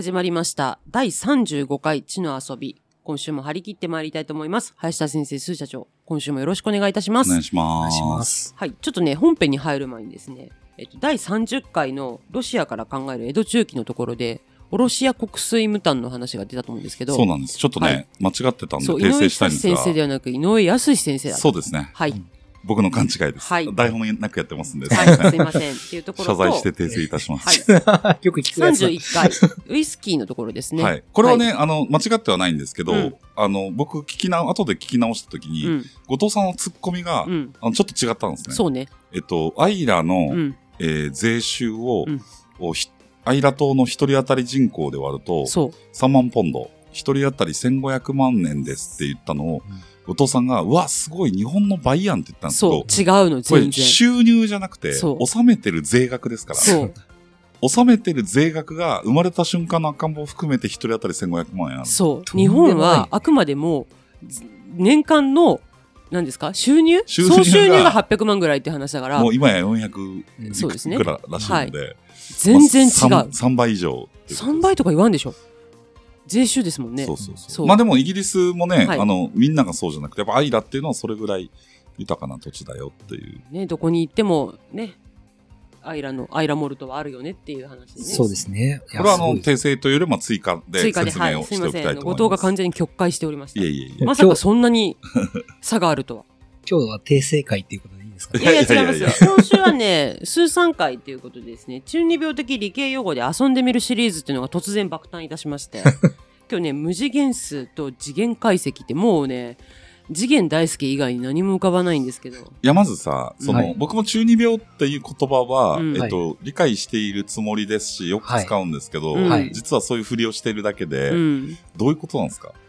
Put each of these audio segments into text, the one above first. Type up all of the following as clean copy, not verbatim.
始まりました第35回知の遊び。今週も張り切ってまいりたいと思います。林田先生、スー社長、今週もよろしくお願いいたします。 お願いします。 はい、ちょっとね、本編に入る前にですね、第30回のロシアから考える江戸中期のところで、ロシア国粋無胆の話が出たと思うんですけど。 そうなんです。ちょっとね、はい、間違ってたんで訂正したいんですが。 井上先生ではなく井上康先生だった。 そうですね。 はい。 僕の勘違いです。 はい。 台本なくやってますんで。 はい、すいません。っていうところと。 謝罪して訂正いたします。 はい。よく聞くやつ。 31回、ウイスキーのところですね。 はい。これはね、間違ってはないんですけど、僕後で聞き直したときに、後藤さんのツッコミが、ちょっと違ったんですね。 そうね。 アイラの、税収を、アイラ島の一人当たり人口で割ると、3万ポンド、一人当たり1500万円ですって言ったのを、後藤さんが、うわ、すごい、日本の倍やんって言ったんですけど、 そう、違うの、全然。 これ収入じゃなくて、納めてる税額ですから。 そう。 納めてる税額が生まれた瞬間の赤ん坊を含めて一人当たり1500万円ある。 そう。日本はあくまでも、年間の、何ですか総収入が800万ぐらいって話だから。 もう今や400 そうですね。 ぐらいらしいので。はい、 全然違う。 3倍以上。 3倍とか言わんでしょ。税収ですもんね。 そう。まあでもイギリスもね、みんながそうじゃなくて、やっぱアイラっていうのはそれぐらい豊かな土地だよっていう。 ね、どこに行ってもね、アイラモルトはあるよねっていう話ですね。 そうですね。 これは訂正というよりも追加で説明をしておきたいと思います。 すいません。後藤が完全に曲解しておりました。 いまさかそんなに差があるとは。 今日は訂正会っていうことでいいですかね。 いや違いますよ。今週はね、数三回ということでですね、中二病的理系用語で遊んでみるシリーズっていうのが突然爆誕いたしまして、今日ね、無次元数と次元解析ってもうね、次元大輔以外に何も浮かばないんですけど。いや、まずさ、僕も中二病っていう言葉は、理解しているつもりですし、よく使うんですけど、実はそういうふりをしているだけで、どういうことなんですか？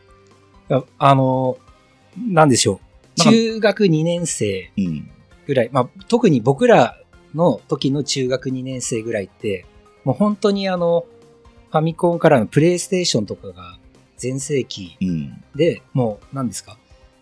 なんでしょう。中学2年生ぐらい、まあ、特に僕らの時の中学2年生ぐらいって、もう本当にファミコンからのプレイステーションとかが全盛期で、もう何ですか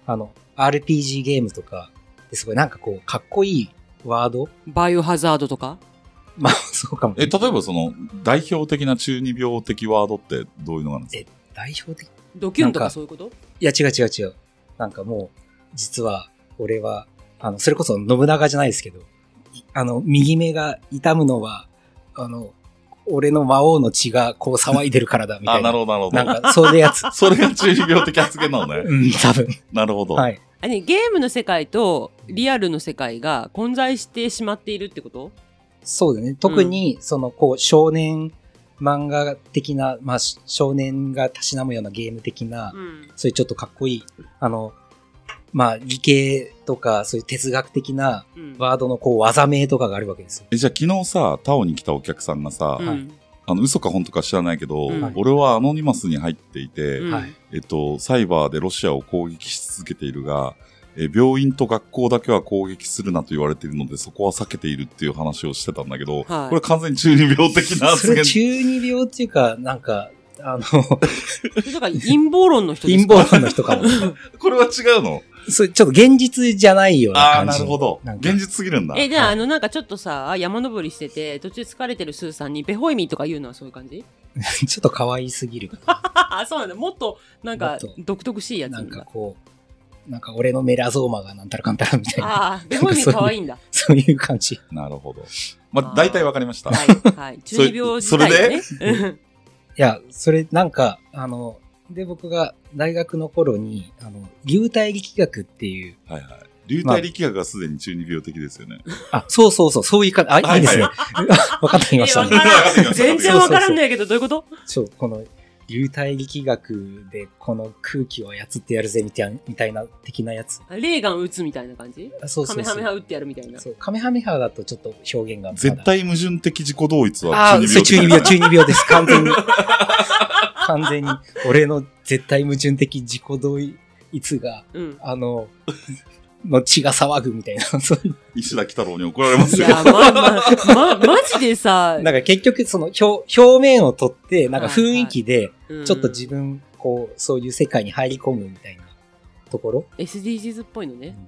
RPG ゲームとかですごいなんかこうかっこいいワード、 バイオハザードとか、 まあそうかも。 例えばその代表的な中二病的ワードってどういうのがあるんですか？ 代表的ドキュンとかそういうこと？ いや違う。なんかもう実は俺はそれこそ信長じゃないですけど、右目が痛むのは俺の魔王の血がこう騒いでるからだみたいな。 なるほど。 なんかそういうやつ。 それが中二病的発言なのね。 多分。 なるほど。 はい。 ゲームの世界とリアルの世界が混在してしまっているってこと？ そうだね。特にこう少年漫画的な、まあ少年がたしなむようなゲーム的な、そういうちょっとかっこいいまあ理系とかそういう哲学的なワードのこう技名とかがあるわけですよ。 じゃあ昨日さ、タオに来たお客さんがさ、嘘か本当か知らないけど、俺はアノニマスに入っていて、サイバーでロシアを攻撃し続けているが、病院と学校だけは攻撃するなと言われているので、そこは避けているっていう話をしてたんだけど、これ完全に中二病的な発言。 中二病っていうか、なんか、 だから陰謀論の人ですか？陰謀論の人かも。 これは違うの？ それちょっと現実じゃないような感じ。 なるほど。現実すぎるんだ。 じゃあ、なんかちょっとさ、山登りしてて、途中疲れてるスーさんに、ベホイミとか言うのはそういう感じ？ ちょっと可愛すぎる。 そうなんだ。もっと、なんか、独特しいやつ。 なんかこう、なんか俺のメラゾーマがなんたらかんたらみたいな。 ベホイミ可愛いんだ。 そういう感じ。 なるほど。まあ、大体わかりました。 はい。中二病自体ね。 それでいや、それなんか、で、僕が大学の頃に、流体力学っていう。 はいはい。流体力学がすでに中二病的ですよね。 そういうか、いいですね。分かってきましたね。 全然分からんないけど、どういうこと？ そう、この、流体力学でこの空気を操ってやるぜみたいな的なやつ。 レーガン撃つみたいな感じ？ そう。 カメハメハ撃ってやるみたいな。 そう、カメハメハだとちょっと表現が。 絶対矛盾的自己同一は中二病です。完全に。俺の絶対矛盾的自己同一が、の血が騒ぐみたいな。 石田喜太郎に怒られますよ。 いや、マジでさ。 なんか結局表面を取って、なんか雰囲気で、ちょっと自分、こう、そういう世界に入り込むみたいなところ。 SDGs っぽいのね。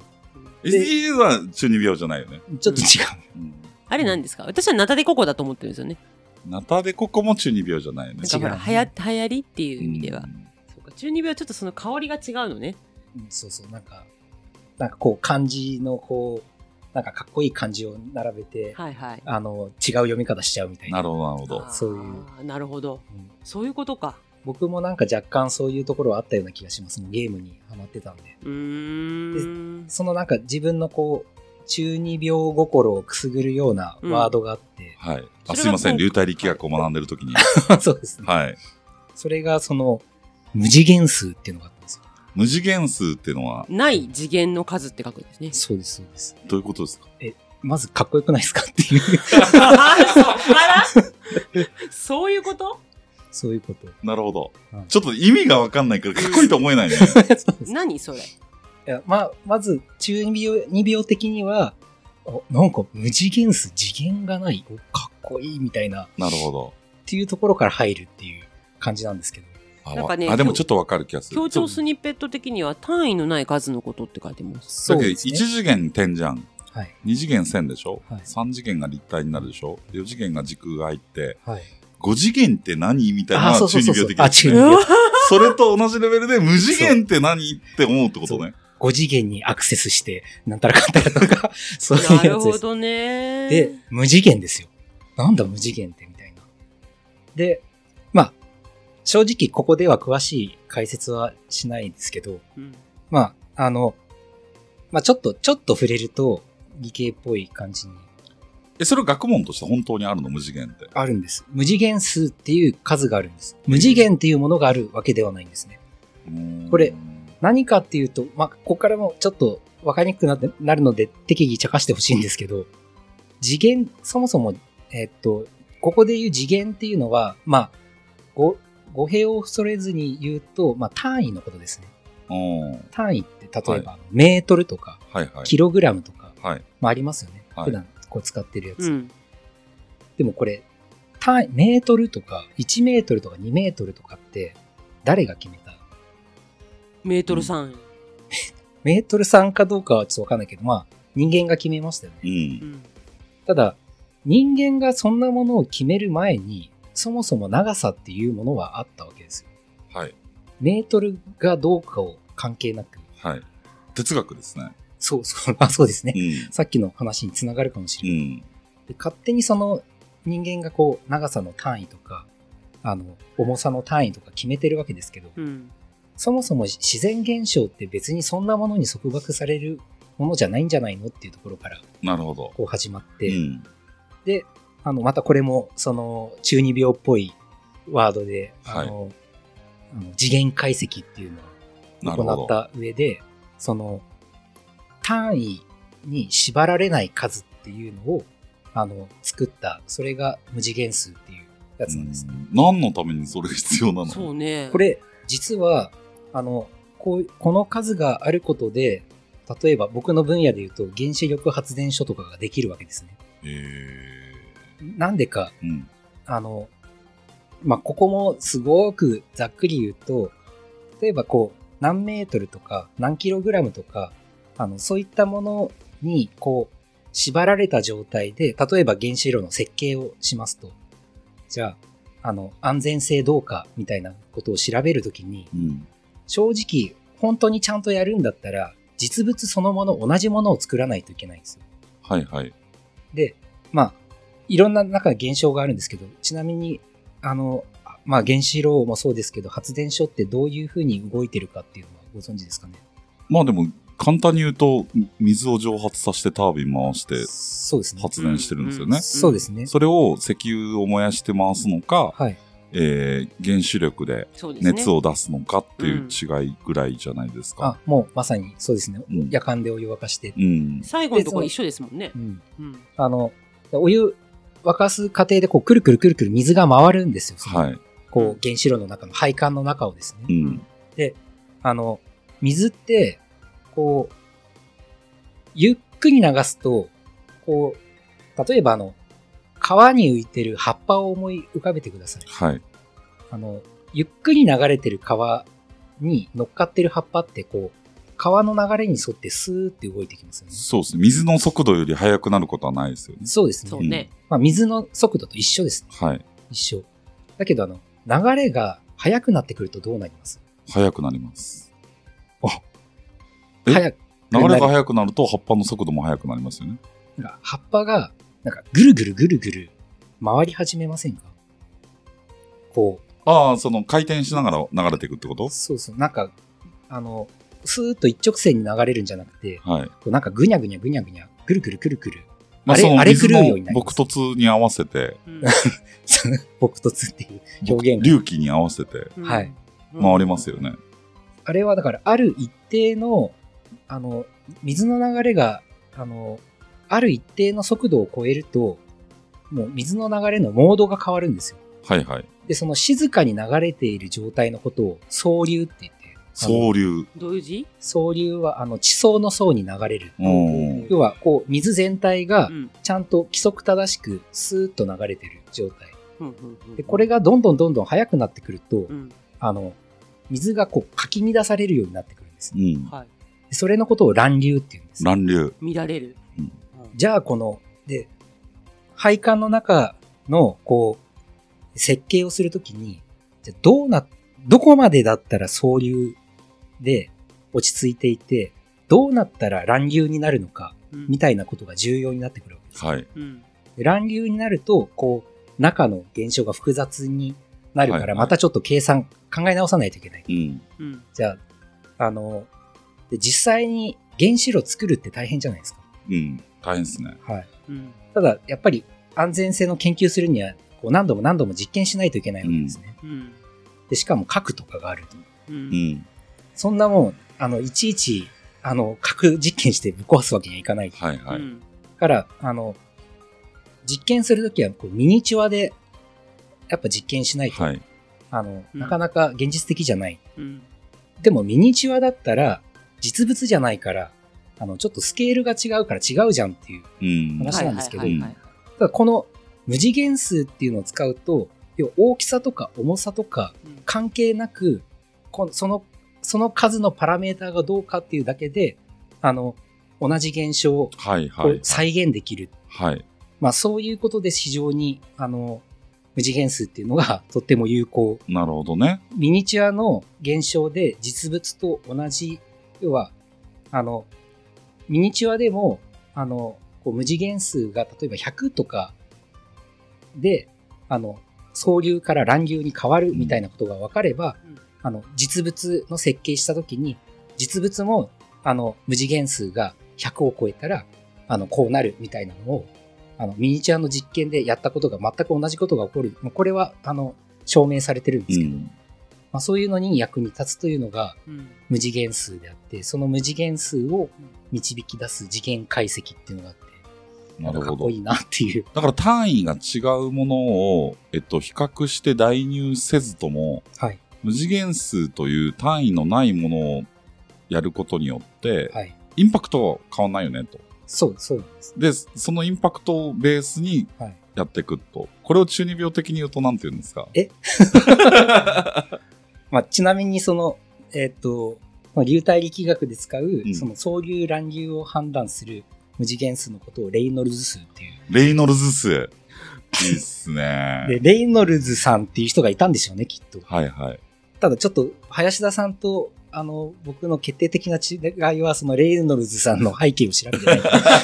SDGs は中二病じゃないよね。 ちょっと違う。 あれ何ですか？私はナタデココだと思ってるんですよね。 ナタデココも中二病じゃないよね。 なんかほら流行りっていう意味では。そうか、中二病はちょっとその香りが違うのね。 そうそう、なんかこう漢字のこう、なんかかっこいい漢字を並べて、はいはい、違う読み方しちゃうみたいな。 なるほど、なるほど。 そういう。 なるほど、そういうことか。 僕もなんか若干そういうところはあったような気がします。ゲームにハマってたんで。で、そのなんか自分のこう、中二病心をくすぐるようなワードがあって。 はい。すいません、流体力学を学んでるときに。 そうですね。 はい。 それがその、無次元数っていうのがあったんですよ。 無次元数っていうのはない次元の数って書くんですね。 そうです、そうです。 どういうことですか？ まずかっこよくないですかっていうそういうこと？ そういうこと。 なるほど。ちょっと意味がわかんないからかっこいいと思えないね。 何それ？いや、まず、中二病的には、なんか無次元数、次元がない、かっこいいみたいな。 なるほど。 っていうところから入るっていう感じなんですけど。 なんかね、 でもちょっとわかる気がする。 強調スニッペット的には単位のない数のことって書いてます。 そうですね。1次元点じゃん。 はい。 2次元線でしょ、 はい、 3次元が立体になるでしょ ?4 次元が時空が入って、 はい、 5次元って何みたいな中二病的な。中二病。 それと同じレベルで無次元って何って思うってことね。 5次元にアクセスして、なんたらかんたらとか、そういうやつです。 なるほどね。 で、無次元ですよ。なんだ無次元ってみたいな。で、まあ、正直ここでは詳しい解説はしないんですけど、まあ、ちょっと触れると理系っぽい感じに。 それ学問として本当にあるの？無次元って。 あるんです。無次元数っていう数があるんです。無次元っていうものがあるわけではないんですね。これ、何かっていうと、ここからもちょっと分かりにくくなるので適宜茶化してほしいんですけど、次元、そもそも、ここでいう次元っていうのは、語弊を恐れずに言うと、単位のことですね。単位って例えば、メートルとか、キログラムとか、ありますよね。普段こう使ってるやつ。でもこれ、メートルとか、1メートルとか2メートルとかって、誰が決めた？ メートルさん。 メートルさんかどうかはちょっとわかんないけど、人間が決めましたよね。ただ、人間がそんなものを決める前に、そもそも長さっていうものはあったわけですよ。 はい。 メートルがどうかを関係なく。 はい。哲学ですね。 そうですね。さっきの話につながるかもしれない。で、勝手にその人間がこう長さの単位とか、重さの単位とか決めてるわけですけど、そもそも自然現象って別にそんなものに束縛されるものじゃないんじゃないのっていうところから、 なるほど。 こう始まって、で、またこれも、その、中二病っぽいワードで、次元解析っていうのを行った上で、その、単位に縛られない数っていうのを、作った、それが無次元数っていうやつなんです。 何のためにそれ必要なの？ そうね。 これ、実は、この数があることで、例えば僕の分野で言うと、原子力発電所とかができるわけですね。なんでか、ここもすごくざっくり言うと、例えばこう、何メートルとか何キログラムとか、そういったものにこう、縛られた状態で、例えば原子炉の設計をしますと、じゃあ、安全性どうかみたいなことを調べるときに、正直、本当にちゃんとやるんだったら、実物そのもの、同じものを作らないといけないんですよ。 はいはい。 で、いろんな現象があるんですけど、ちなみに、原子炉もそうですけど、発電所ってどういうふうに動いてるかっていうのはご存知ですかね？ でも、簡単に言うと、水を蒸発させてタービン回して、発電してるんですよね。 そうですね。 それを石油を燃やして回すのか、原子力で熱を出すのかっていう違いぐらいじゃないですか。 もうまさにそうですね。夜間でお湯沸かして。 最後のところ一緒ですもんね。 お湯沸かす過程でこうくるくるくるくる水が回るんですよ。こう原子炉の中の配管の中をですね。で、水って、こう、ゆっくり流すと、こう、例えば川に浮いてる葉っぱを思い浮かべてください。 はい。 ゆっくり流れてる川に乗っかってる葉っぱってこう、川の流れに沿ってスーって動いてきますよね。 そうですね。水の速度より速くなることはないですよね。 そうですね。水の速度と一緒ですね。 はい。 一緒。だけど流れが速くなってくるとどうなります？ 速くなります。 流れが速くなると葉っぱの速度も速くなりますよね。 なんか葉っぱがぐるぐるぐるぐる回り始めませんか？こう。 その回転しながら流れていくってこと？ そうそう。スーッと一直線に流れるんじゃなくて、 はい、 こうぐにゃぐにゃぐにゃぐにゃ、ぐるぐるくるくる。 あれ狂うようになります。木突に合わせて。 木突っていう表現が。 隆起に合わせて。 はい。 回りますよね。 あれはだから、ある一定の、水の流れが、ある一定の速度を超えると、もう水の流れのモードが変わるんですよ。 はいはい。 で、その静かに流れている状態のことを、総流って言って、 総流。 どういう字？ 総流は、地層の層に流れる。要は、こう、水全体が、ちゃんと規則正しく、スーッと流れてる状態。で、これがどんどん速くなってくると、水がこう、かき乱されるようになってくるんです。それのことを乱流って言うんです。 乱流。 乱れる。 じゃあ、で、配管の中の、こう、設計をするときに、じゃあどこまでだったら総流で落ち着いていて、どうなったら乱流になるのか、みたいなことが重要になってくるわけです。 はい。 で乱流になると、こう、中の現象が複雑になるから、またちょっと考え直さないといけない。じゃあ、実際に原子炉作るって大変じゃないですか。 大変ですね。 はい。ただ、やっぱり安全性の研究するには、こう何度も何度も実験しないといけないわけですね。で、しかも核とかがあると。そんなもん、いちいち、核実験してぶっ壊すわけにはいかない。 はいはい。 から、実験するときは、こう、ミニチュアで、やっぱ実験しないと、なかなか現実的じゃない。でも、ミニチュアだったら、実物じゃないから、ちょっとスケールが違うから違うじゃんっていう話なんですけど、ただこの無次元数っていうのを使うと、要は大きさとか重さとか関係なく、その数のパラメーターがどうかっていうだけで、同じ現象を再現できる。まあそういうことで非常に、無次元数っていうのがとっても有効。 なるほどね。 ミニチュアの現象で実物と同じ、要は、ミニチュアでも、こう無次元数が例えば100とかで、総流から乱流に変わるみたいなことが分かれば、実物の設計したときに、実物も、無次元数が100を超えたら、こうなるみたいなのを、ミニチュアの実験でやったことが全く同じことが起こる。これは、証明されてるんですけど、まあ、そういうのに役に立つというのが、無次元数であって、その無次元数を導き出す次元解析っていうのがあって、 なるほど。 かっこいいなっていう。 だから単位が違うものを、比較して代入せずとも、無次元数という単位のないものをやることによって、インパクトは変わんないよねと。 そうなんです。で、そのインパクトをベースにやっていくと。これを中二病的に言うと何て言うんですか？ まあ、ちなみに流体力学で使う、その総流乱流を判断する無次元数のことをレイノルズ数っていう。 レイノルズ数。いいっすね。 で、レイノルズさんっていう人がいたんでしょうね、きっと。ただちょっと、林田さんと、僕の決定的な違いは、そのレイノルズさんの背景を調べてない。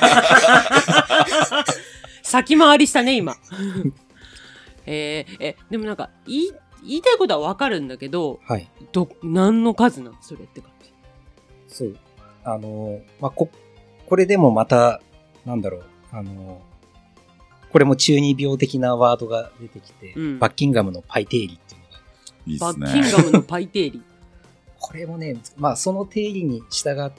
先回りしたね、今。でもなんか、言いたいことはわかるんだけど、何の数なのそれって感じ。 そう。まあ、これでもまた、なんだろう、これも中二病的なワードが出てきて、バッキンガムのパイ定理っていうのが。 いいっすね。 バッキンガムのパイ定理。 これもね、まあ、その定理に従って、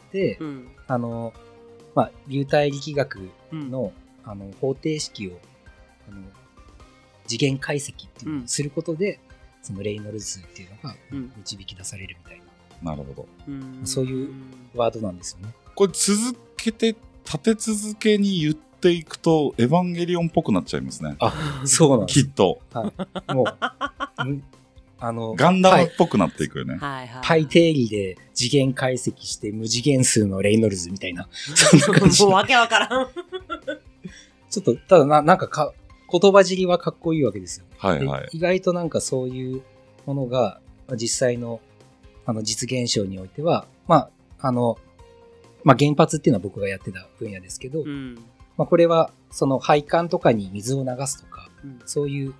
まあ、流体力学の、方程式を、次元解析っていうのをすることで、そのレイノルズ数っていうのが導き出されるみたいな。なるほど。 そういうワードなんですよね。 これ立て続けに言っていくと、エヴァンゲリオンっぽくなっちゃいますね。 あ、そうなんです。 きっと。 もう、 ガンダムっぽくなっていくよね。 パイ定理で次元解析して無次元数のレイノルズみたいな。そんな感じ。 もうわけわからん。 ちょっと、ただなんか言葉尻はかっこいいわけですよ。 はいはい。 意外となんかそういうものが実際の実現象においては、原発っていうのは僕がやってた分野ですけど、これはその配管とかに水を流すとか、そういう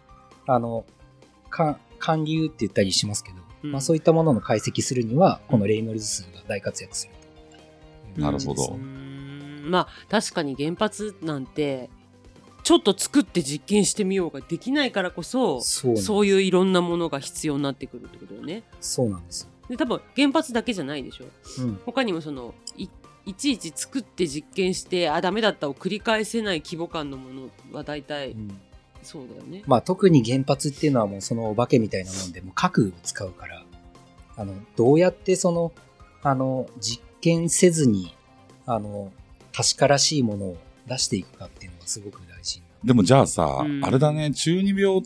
管流って言ったりしますけど、そういったものの解析するにはこのレイノルズ数が大活躍すると。 なるほど。 確かに原発なんてちょっと作って実験してみようができないからこそ、そういういろんなものが必要になってくるってことよね。 そうなんですよ。 で多分原発だけじゃないでしょ、他にもいちいち作って実験してダメだったを繰り返せない規模感のものは大体、そうだよね。 特に原発っていうのはもうそのお化けみたいなもんでもう核を使うから、どうやって実験せずに確からしいものを出していくかっていうのがすごく大事。 でもじゃあさ、あれだね、中二病って、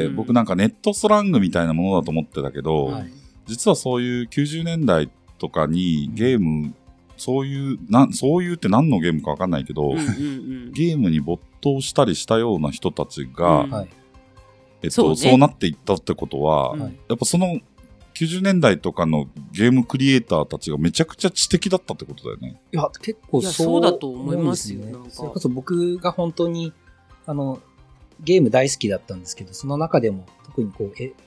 僕なんかネットスラングみたいなものだと思ってたけど、実はそういう90年代とかにゲーム、そういうって何のゲームか分かんないけど、ゲームに没頭したりしたような人たちが、そうなっていったってことは、やっぱその90年代とかのゲームクリエイターたちがめちゃくちゃ知的だったってことだよね。 いや、結構そうだと思いますよ。 それこそ僕が本当にゲーム大好きだったんですけど、その中でも特に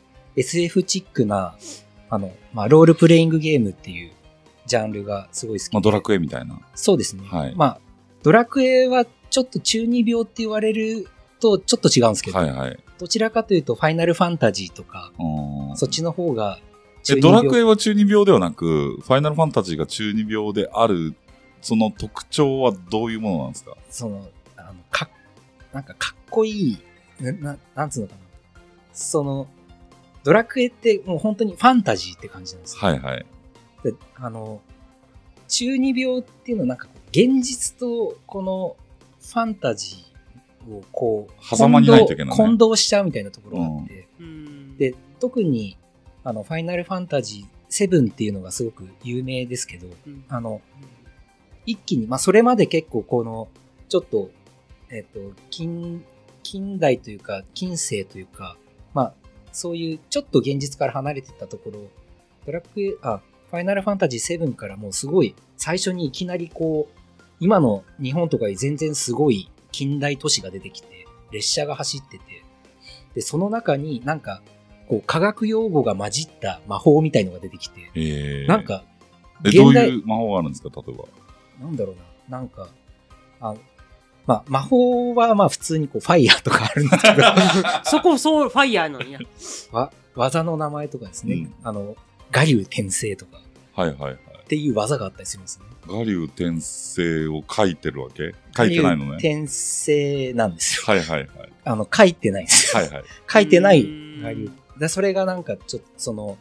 SF チックなロールプレイングゲームっていうジャンルがすごい好きで、 ドラクエみたいな。 そうですね。ドラクエはちょっと中二病って言われるとちょっと違うんですけど、どちらかというとファイナルファンタジーとか、そっちの方が中二病。 ドラクエは中二病ではなく、ファイナルファンタジーが中二病である、その特徴はどういうものなんですか？ なんかかっこいい、なんつうのかな。ドラクエってもう本当にファンタジーって感じなんですよ。で中二病っていうのはなんか現実とこのファンタジーを狭間にないといけない、ね、 混同しちゃうみたいなところがあって、で特にファイナルファンタジー7っていうのがすごく有名ですけど、一気にそれまで結構ちょっと近代というか近世というかそういうちょっと現実から離れてたところ、ファイナルファンタジー7からもうすごい最初にいきなり今の日本とかより全然すごい近代都市が出てきて、列車が走ってて、でその中になんか科学用語が混じった魔法みたいのが出てきて、なんかどういう魔法があるんですか？例えばなんだろうな、なんか魔法は普通にファイヤーとかあるんですけどそうファイヤーなんや。 技の名前とかですね、我流転生とかっていう技があったりするんですね。 我流転生を書いてるわけ？書いてないのね。 我流転生なんですよ。 書いてないんですよ。書いてない我流。それがなんかちょっとその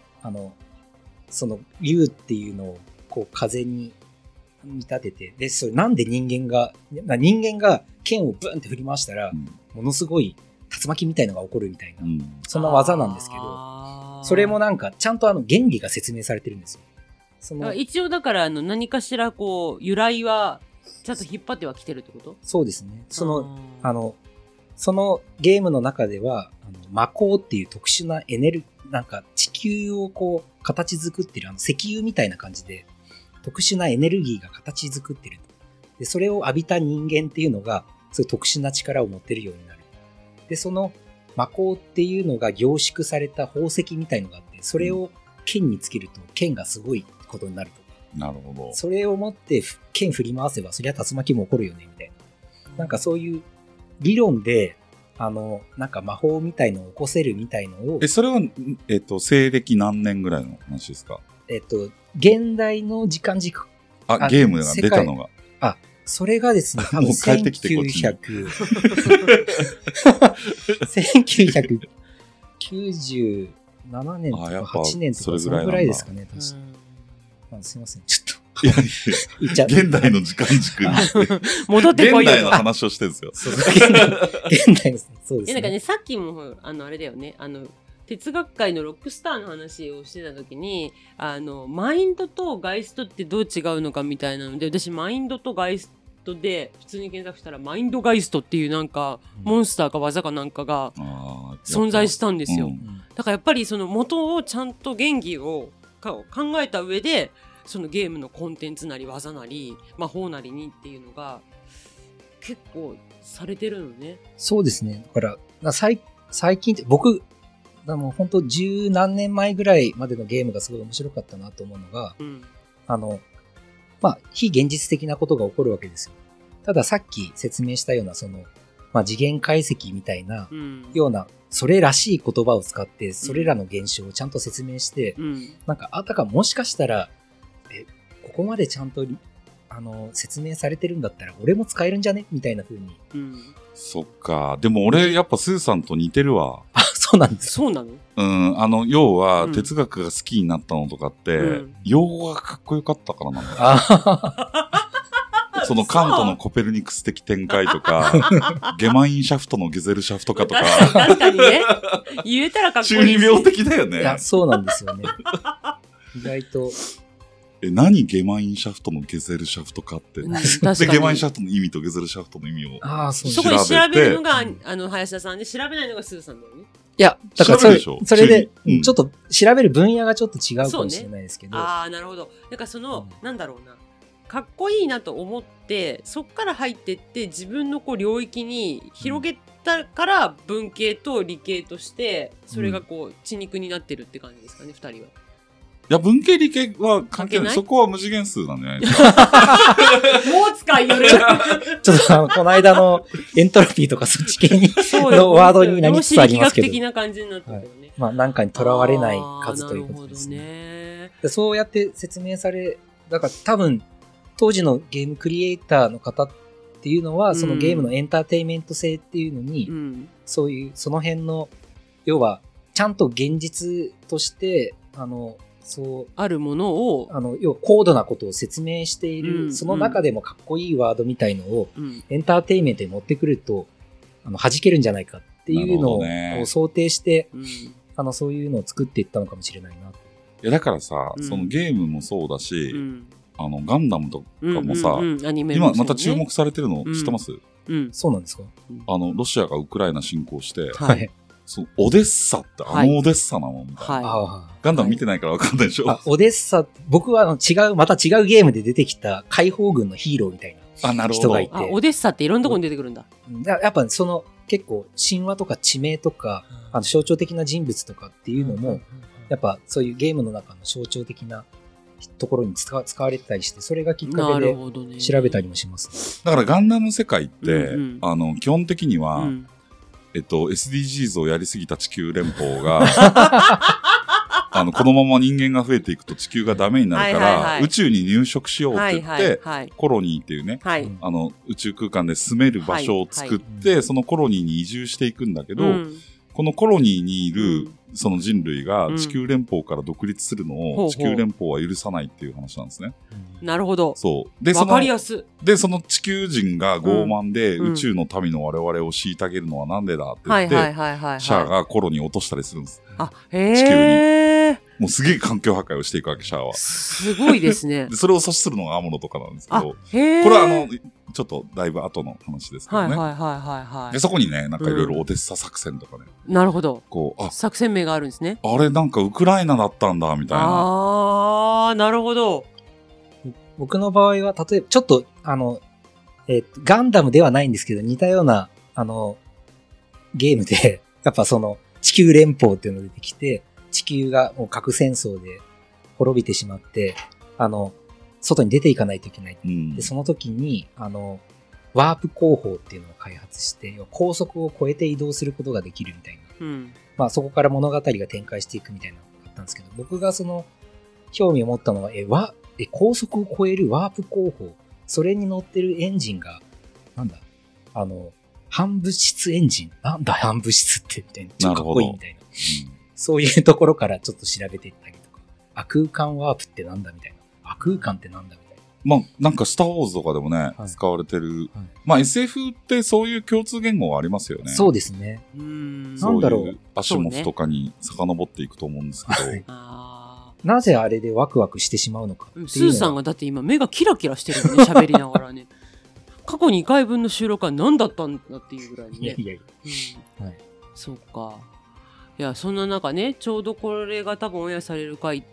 竜っていうのを風に見立てて、でそれなんで人間が剣をブンって振り回したら、ものすごい竜巻みたいのが起こるみたいな、そんな技なんですけど、それもなんかちゃんと原理が説明されてるんですよ。 一応だから何かしら由来はちゃんと引っ張ってはきてるってこと？ そうですね。そのゲームの中では魔鋼っていう特殊ななんか地球を形作ってる石油みたいな感じで特殊なエネルギーが形作ってると。でそれを浴びた人間っていうのがそういう特殊な力を持ってるようになる。でその魔鋼っていうのが凝縮された宝石みたいのがあって、それを剣につけると剣がすごいことになるとか。 なるほど。 それを持って剣振り回せばそりゃ竜巻も起こるよねみたいな。なんかそういう理論でなんか魔法みたいのを起こせるみたいのを。 それは西暦何年ぐらいの話ですか？ 現代の時間軸。 ゲームが出たのが。 それがですね、多分1997年とか8年とかそのぐらいですかね、確か。すいません、ちょっと。 現代の時間軸に戻ってこいよ。 現代の話をしてるんですよ。 現代の、そうですね。 なんかね、さっきもあれだよね、哲学界のロックスターの話をしてた時にマインドとガイストってどう違うのかみたいなので、私マインドとガイストで普通に検索したらマインドガイストっていうなんかモンスターか技かなんかが存在したんですよ。だからやっぱりその元をちゃんと原義を考えた上でそのゲームのコンテンツなり技なり魔法なりにっていうのが結構されてるのね。 そうですね。だから最近って僕もう本当十何年前ぐらいまでのゲームがすごい面白かったなと思うのが、非現実的なことが起こるわけですよ。たださっき説明したようなその、次元解析みたいなような、それらしい言葉を使ってそれらの現象をちゃんと説明して、なんかあたかもしかしたらここまでちゃんと説明されてるんだったら俺も使えるんじゃねみたいな風に、 そっか。でも俺やっぱスーさんと似てるわ。 あ、そうなんです。 そうなの？ 要は哲学が好きになったのとかって、用語がかっこよかったからなんだよ。そのカントのコペルニクス的展開とか、ゲマインシャフトのゲゼルシャフトかとか。 確かにね。言えたらかっこいい。 中二病的だよね。 いや、そうなんですよね。意外と。 何ゲマインシャフトのゲゼルシャフトかって。で、ゲマインシャフトの意味とゲゼルシャフトの意味をそこで調べるのが、林田さんで、調べないのがスーさんだよね。 いや、だからそれで、ちょっと調べる分野がちょっと違うかもしれないですけど。 ああ、なるほど。なんかその、なんだろうな。かっこいいなと思って、そっから入ってって、自分のこう領域に広げたから文系と理系として、それがこう、血肉になってるって感じですかね、二人は。 いや、文系理系は関係ない。そこは無次元数なんじゃないですか。 もう使いよる。 ちょっとこの間のエントロピーとかそっち系のワードになりつつありますけど。 量子力学的な感じになってるよね。 なんかにとらわれない数ということですね。 なるほどね。 そうやって説明され、だから多分、当時のゲームクリエイターの方っていうのは、そのゲームのエンターテインメント性っていうのに、そういう、その辺の、要は、ちゃんと現実として、 あるものを要は高度なことを説明している、その中でもかっこいいワードみたいのを、エンターテインメントに持ってくると弾けるんじゃないかっていうのを想定して、そういうのを作っていったのかもしれないな。 いやだからさ、そのゲームもそうだし、ガンダムとかもさ、今また注目されてるの知ってます？ そうなんですか？ ロシアがウクライナ侵攻して、オデッサってオデッサなのみたいな。ガンダム見てないからわかんないでしょ。 オデッサ、僕はまた違うゲームで出てきた解放軍のヒーローみたいな人がいて。 オデッサっていろんなとこに出てくるんだ。 やっぱ結構神話とか地名とか、象徴的な人物とかっていうのも、やっぱそういうゲームの中の象徴的なところに使われてたりして、それがきっかけで調べたりもします、 だからガンダム世界って、基本的には、SDGs をやりすぎた地球連邦がこのまま人間が増えていくと地球がダメになるから、宇宙に入植しようって言って、コロニーっていうね、宇宙空間で住める場所を作って、そのコロニーに移住していくんだけど、このコロニーにいるその人類が地球連邦から独立するのを地球連邦は許さないっていう話なんですね。 なるほど。 そう。で、 わかりやす。 で、その地球人が傲慢で宇宙の民の我々を虐げるのはなんでだって言って、シャアがコロニーを落としたりするんです。地球に。もうすげえ環境破壊をしていくわけ、シャアは。 すごいですね。 でそれを阻止するのがアムロとかなんですけど、これはちょっとだいぶ後の話ですけどね。で、そこにね、なんかいろいろオデッサ作戦とかね。 なるほど。作戦名があるんですね。 あれなんかウクライナだったんだ、みたいな。 なるほど。 僕の場合は、例えば、ちょっと、ガンダムではないんですけど、似たような、ゲームで、やっぱ地球連邦っていうのが出てきて、地球がもう核戦争で滅びてしまって、外に出ていかないといけない。で、その時に、ワープ工法っていうのを開発して、高速を超えて移動することができるみたいな。そこから物語が展開していくみたいなのがあったんですけど、僕が興味を持ったのは、高速を超えるワープ工法。それに乗ってるエンジンが、なんだ反物質エンジン。なんだ反物質ってみたいな。ちょっとかっこいいみたいな。そういうところからちょっと調べていったりとか。空間ワープってなんだみたいな。空間ってなんだみたいな。 なんかスターウォーズとかでもね、使われてる。SF ってそういう共通言語はありますよね。 そうですね。なんだろう。 アシモフとかに遡っていくと思うんですけど。 なぜあれでワクワクしてしまうのかっていう。 スーさんがだって今目がキラキラしてるよね、喋りながらね。 過去2回分の収録は何だったんだっていうぐらいにね。 いや、 はい、そうか。いや、そんな中ね、ちょうどこれが多分オンエアされる回って、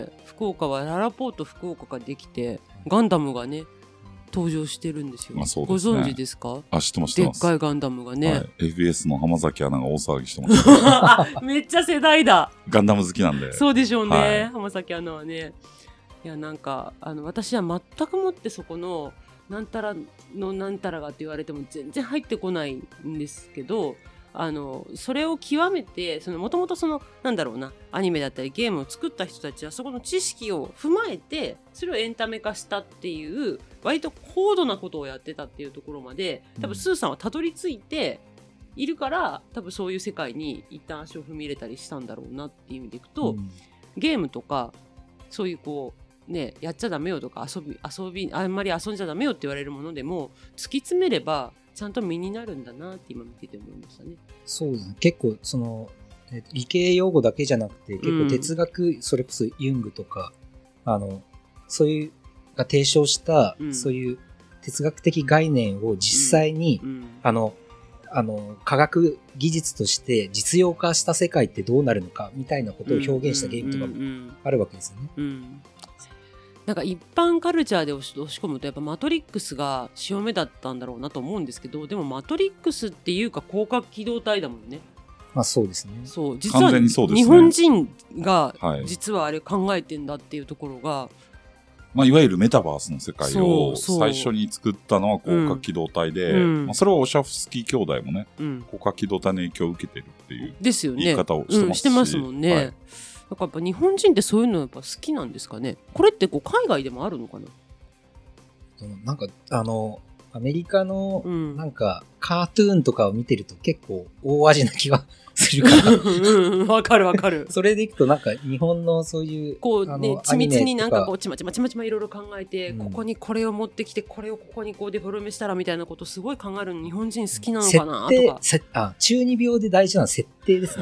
福岡はララポート福岡ができて、ガンダムがね、登場してるんですよ。 そうですね、 ご存知ですか？ 知ってます。でっかいガンダムがね。はい、 FBS の浜崎アナが大騒ぎしてました、 ね。めっちゃ世代だ。 ガンダム好きなんで。 そうでしょうね、はい、浜崎アナはね。いや、なんか私は全くもってそこのなんたらのなんたらがって言われても全然入ってこないんですけど、それを極めてもともとなんだろうな、アニメだったりゲームを作った人たちはそこの知識を踏まえてそれをエンタメ化したっていう割と高度なことをやってたっていうところまで多分スーさんはたどり着いているから、多分そういう世界に一旦足を踏み入れたりしたんだろうなっていう意味でいくと、ゲームとかそういうこうね、やっちゃダメよとかあんまり遊んじゃダメよって言われるものでも突き詰めればちゃんと身になるんだなって今見てて思いましたね。 そうですね。結構理系用語だけじゃなくて結構哲学、それこそユングとかそういうが提唱した、そういう哲学的概念を実際に、科学技術として実用化した世界ってどうなるのかみたいなことを表現したゲームとかもあるわけですよね。 なんか一般カルチャーで押し込むとやっぱマトリックスが潮目だったんだろうなと思うんですけど、でもマトリックスっていうか広角機動隊だもんね。 まあそうですね。 そう実は日本人が実はあれ考えてんだっていうところが、 まあ、いわゆるメタバースの世界を最初に作ったのは広角機動隊で、まあ、それはオシャフスキー兄弟もね、広角機動隊の影響を受けてるっていう言い方をしてますし、 してますもんね。はい、だからやっぱ日本人ってそういうのやっぱ好きなんですかね。これってこう海外でもあるのかな。 なんかアメリカのなんかカートゥーンとかを見てると結構大味な気がするからわかるわかる。 それでいくとなんか日本のそういうこうね緻密になんかこうちまちまいろいろ考えて、ここにこれを持ってきてこれをここにこうデフォルメしたらみたいなことすごい考えるの日本人好きなのかなとか。 中二病で大事なのは設定ですね。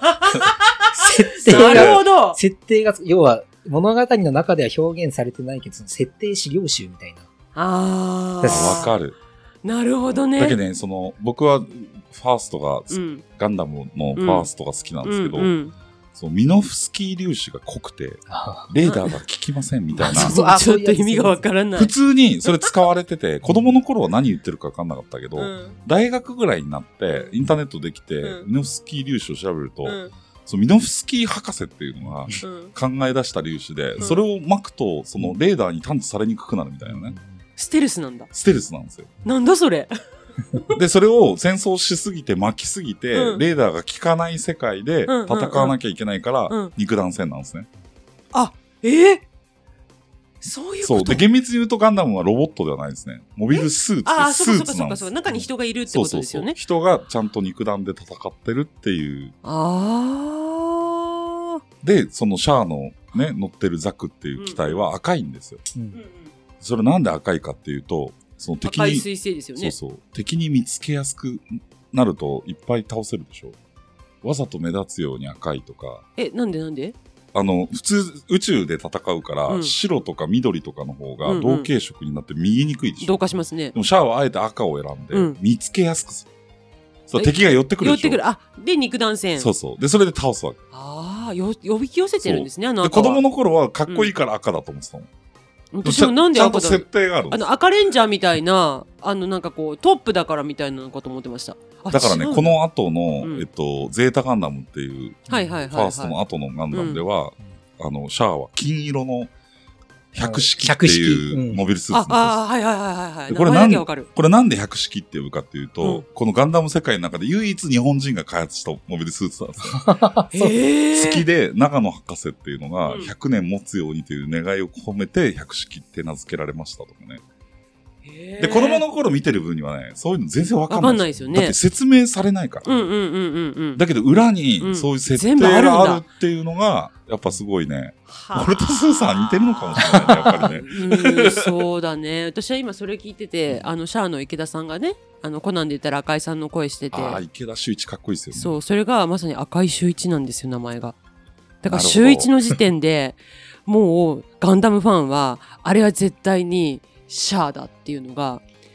設定が要は物語の中では表現されてないけど設定資料集みたいな。 わかる。 なるほどね。 だけどね、僕はファーストが、ガンダムのファーストが好きなんですけど、ミノフスキー粒子が濃くて、レーダーが効きませんみたいな。 ちょっと意味がわからない。 普通にそれ使われてて、子供の頃は何言ってるかわかんなかったけど、大学ぐらいになってインターネットできて、ミノフスキー粒子を調べると、ミノフスキー博士っていうのが考え出した粒子で、それを巻くと、レーダーに探知されにくくなるみたいなね。 ステルスなんだ。 ステルスなんですよ。 なんだそれ。 で、それを戦争しすぎて巻きすぎて、レーダーが効かない世界で戦わなきゃいけないから、肉弾戦なんですね。 そういうこと。 で、厳密に言うとガンダムはロボットではないですね。モビルスーツでスーツなんです。 中に人がいるってことですよね。 人がちゃんと肉弾で戦ってるっていう。で、シャアのね、乗ってるザクっていう機体は赤いんですよ。それなんで赤いかっていうと、敵に、 赤い彗星ですよね。 敵に見つけやすくなるといっぱい倒せるでしょ。わざと目立つように赤いとか。 なんで普通宇宙で戦うから、白とか緑とかの方が同系色になって見えにくいでしょ。 同化しますね。 でもシャアはあえて赤を選んで、見つけやすくする。敵が寄ってくるでしょ。寄ってくる。 で、肉弾戦。 で、それで倒すわけ。 呼び寄せてるんですね、 で、子供の頃はかっこいいから赤だと思ってたの。 私もなんで赤だろう。 ちゃんと設定があるんです。 赤レンジャーみたいな、なんかこう、トップだからみたいなのかと思ってました。 だからね、この後の、ゼータガンダムっていう、ファーストの後のガンダムでは、シャアは金色の百式っていうモビルスーツなんです。 はい。 これなんで百式って呼ぶかっていうと、このガンダム世界の中で唯一日本人が開発したモビルスーツなんですよ。好きで長野博士っていうのが100年持つようにという願いを込めて百式って名付けられましたとかね。で、子供の頃見てる分にはね、そういうの全然わかんないですよね。だって説明されないから。だけど裏にそういう設定があるっていうのが、やっぱすごいね。俺とスーさん似てるのかもしれないね、やっぱりね。 そうだね。私は今それ聞いてて、シャアの池田さんがね、コナンで言ったら赤井さんの声してて。 池田秀一かっこいいですよね。 そう、それがまさに赤井秀一なんですよ、名前が。だから秀一の時点で、もうガンダムファンは、あれは絶対に、シャアだっていうのが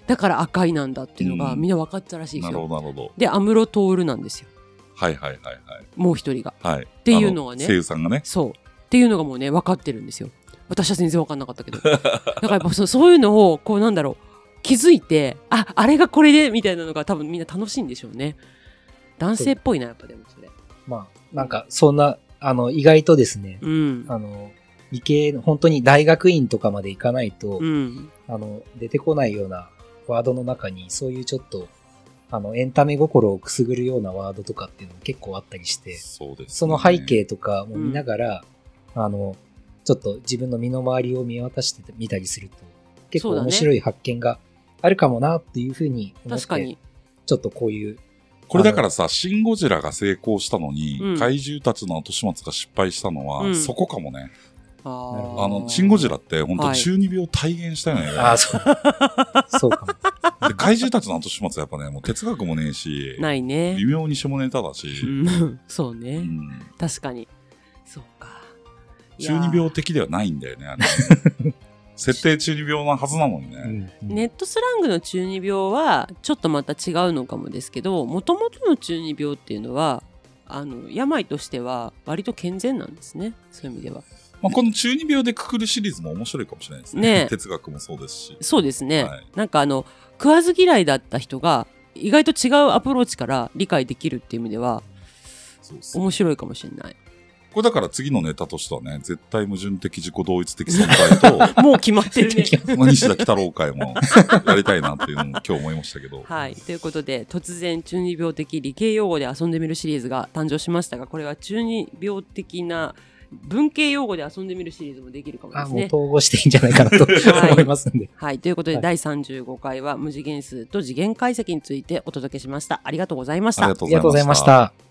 だから赤いなんだっていうのがみんな分かったらしいですよ。 なるほどなるほど。 で安室透なんですよ。 はいはいはいはい。 もう一人が、 はい、 っていうのがね、 声優さんがね、 そうっていうのがもうね分かってるんですよ。私は全然分かんなかったけどだからやっぱそういうのをこうなんだろう気づいてあれがこれでみたいなのが多分みんな楽しいんでしょうね。男性っぽいなやっぱでもそれ。 まあなんかそんな意外とですね、理系の本当に大学院とかまで行かないと、出てこないようなワードの中にそういうちょっとエンタメ心をくすぐるようなワードとかっていうのも結構あったりして、 そうですね、 その背景とかも見ながら、ちょっと自分の身の回りを見渡してみたりすると結構面白い発見があるかもなっていうふうに思って、確かにちょっとこういうこれだからさ、シン・ゴジラが成功したのに、怪獣たちの後始末が失敗したのは、そこかもね。シン・ゴジラって本当中二病を体現したよね。 そうかも。 で怪獣たちの後始末はやっぱね、もう哲学もねえし、 ないね。 微妙に下ネタだし。 そうね、確かに。そうか。 中二病的ではないんだよね、設定中二病なはずなのにね、 ネットスラングの中二病はちょっとまた違うのかもですけど、もともとの中二病っていうのは病としては割と健全なんですね、そういう意味では。 この中二病でくくるシリーズも面白いかもしれないですね。哲学もそうですし。 そうですね、なんか食わず嫌いだった人が意外と違うアプローチから理解できるっていう意味では面白いかもしれない。 これだから次のネタとしてはね、絶対矛盾的自己同一的存在ともう決まってるね西田喜太郎会もやりたいなっていうのも今日思いましたけどはい、ということで突然中二病的理系用語で遊んでみるシリーズが誕生しましたが、これは中二病的な文系用語で遊んでみるシリーズもできるかもですね。 もう統合していいんじゃないかなと思いますんではい、ということで、第35回は無次元数と次元解析についてお届けしました。ありがとうございました。 ありがとうございました。